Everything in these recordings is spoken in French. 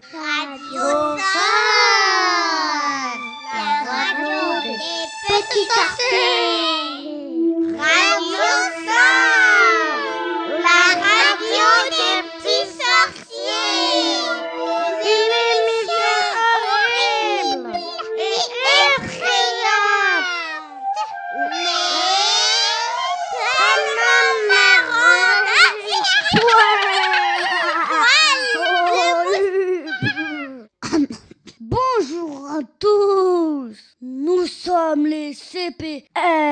Radio Sol, la radio des petits sorciers. Radio Sol, la radio des petits sorciers. Une émission horrible et effrayante, mais tellement marrante. Bonjour à tous, nous sommes les CPS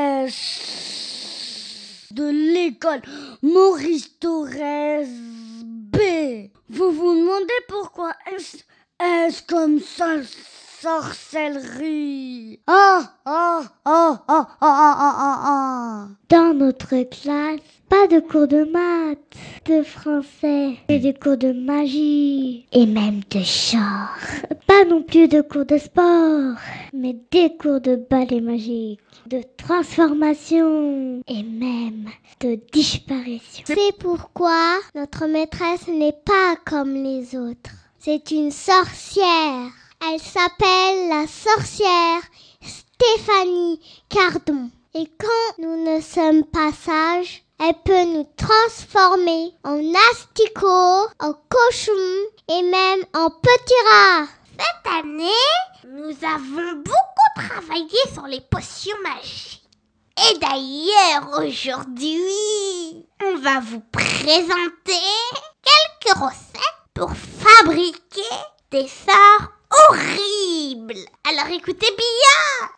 de l'école Maurice Thorez B. Vous vous demandez pourquoi est-ce comme ça, sorcellerie? Dans notre classe, pas de cours de maths, de français, et des cours de magie, et même de chant. Pas non plus de cours de sport, mais des cours de ballet magique, de transformation, et même de disparition. C'est pourquoi notre maîtresse n'est pas comme les autres. C'est une sorcière. Elle s'appelle la sorcière Stéphanie Cardon. Et quand nous ne sommes pas sages, elle peut nous transformer en asticots, en cochons et même en petits rats. Cette année, nous avons beaucoup travaillé sur les potions magiques. Et d'ailleurs, aujourd'hui, on va vous présenter quelques recettes pour fabriquer des sorts horribles. Alors écoutez bien.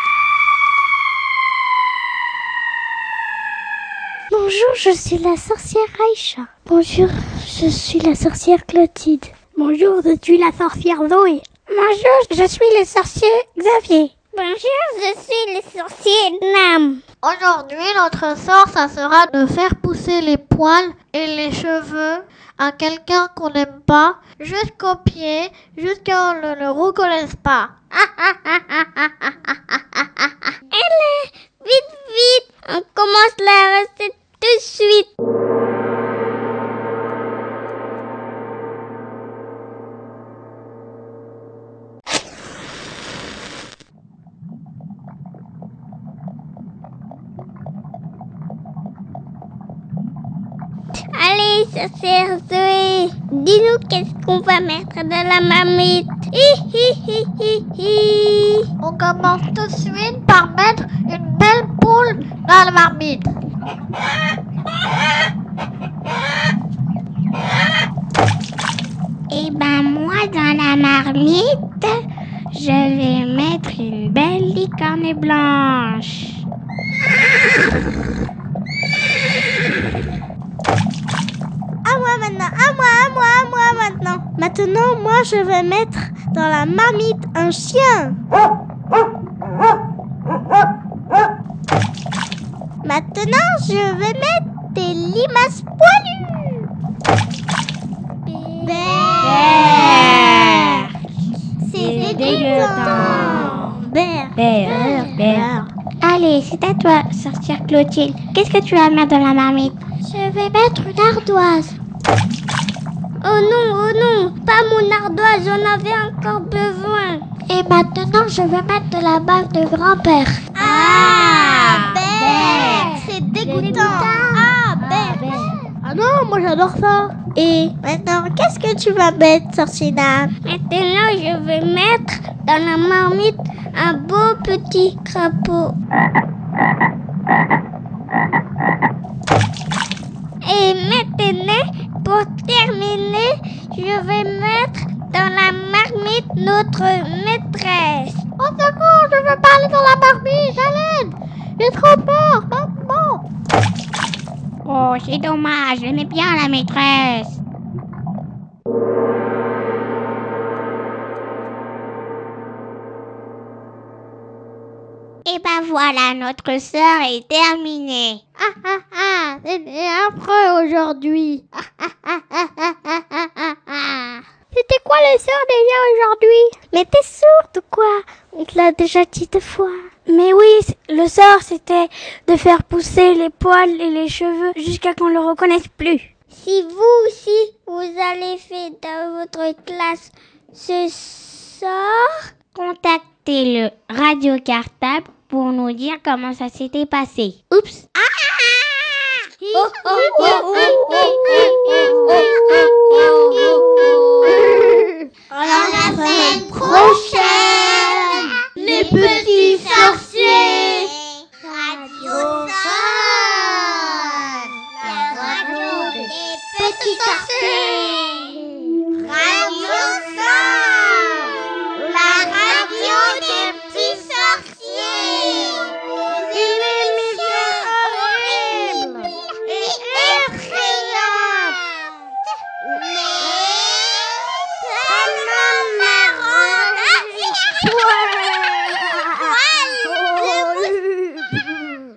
Bonjour, je suis la sorcière Aïcha. Bonjour, je suis la sorcière Clotilde. Bonjour, je suis la sorcière Zoé. Bonjour, je suis le sorcier Xavier. Bonjour, je suis le sorcier Nam. Aujourd'hui, notre sort, ça sera de faire pousser les poils et les cheveux à quelqu'un qu'on n'aime pas, jusqu'aux pieds, jusqu'à ce qu'on ne le reconnaisse pas. Allez, vite, on commence la recette tout de suite. Allez, sorcière Zoé, dis-nous qu'est-ce qu'on va mettre dans la marmite. On commence tout de suite par mettre une belle poule dans la marmite. Eh ben moi dans la marmite, je vais mettre une belle licorne blanche. À moi maintenant, à moi maintenant. Maintenant, moi je vais mettre dans la marmite un chien. Maintenant, je vais mettre des limaces poilues. Berk. C'est dégoûtant. Berk. Allez, c'est à toi, sorcière Clotilde. Qu'est-ce que tu vas mettre dans la marmite? Je vais mettre une ardoise. Oh non, pas mon ardoise, j'en avais encore besoin. Et maintenant, je vais mettre de la bave de grand-père. Berk, c'est dégoûtant. Berk. Ah non, moi j'adore ça. Et maintenant, qu'est-ce que tu vas mettre, sorcière Nam? Maintenant, je vais mettre dans la marmite un beau petit crapaud. Et maintenant, pour terminer, je vais mettre dans la marmite notre maîtresse. Au secours, je veux pas aller dans la marmite, à l'aide. J'ai trop peur, maman. Oh, c'est dommage, j'aimais bien la maîtresse. Et ben voilà, notre sœur est terminée. C'est affreux aujourd'hui. C'était quoi le sort déjà aujourd'hui? Mais t'es sourde ou quoi? On te l'a déjà dit 2 fois. Mais oui, le sort c'était de faire pousser les poils et les cheveux jusqu'à qu'on le reconnaisse plus. Si vous aussi, vous avez fait dans votre classe ce sort, Contactez le radio cartable pour nous dire comment ça s'était passé. Oups! À la semaine prochaine, les petits sorciers. Radio Sol, la radio des petits sorciers.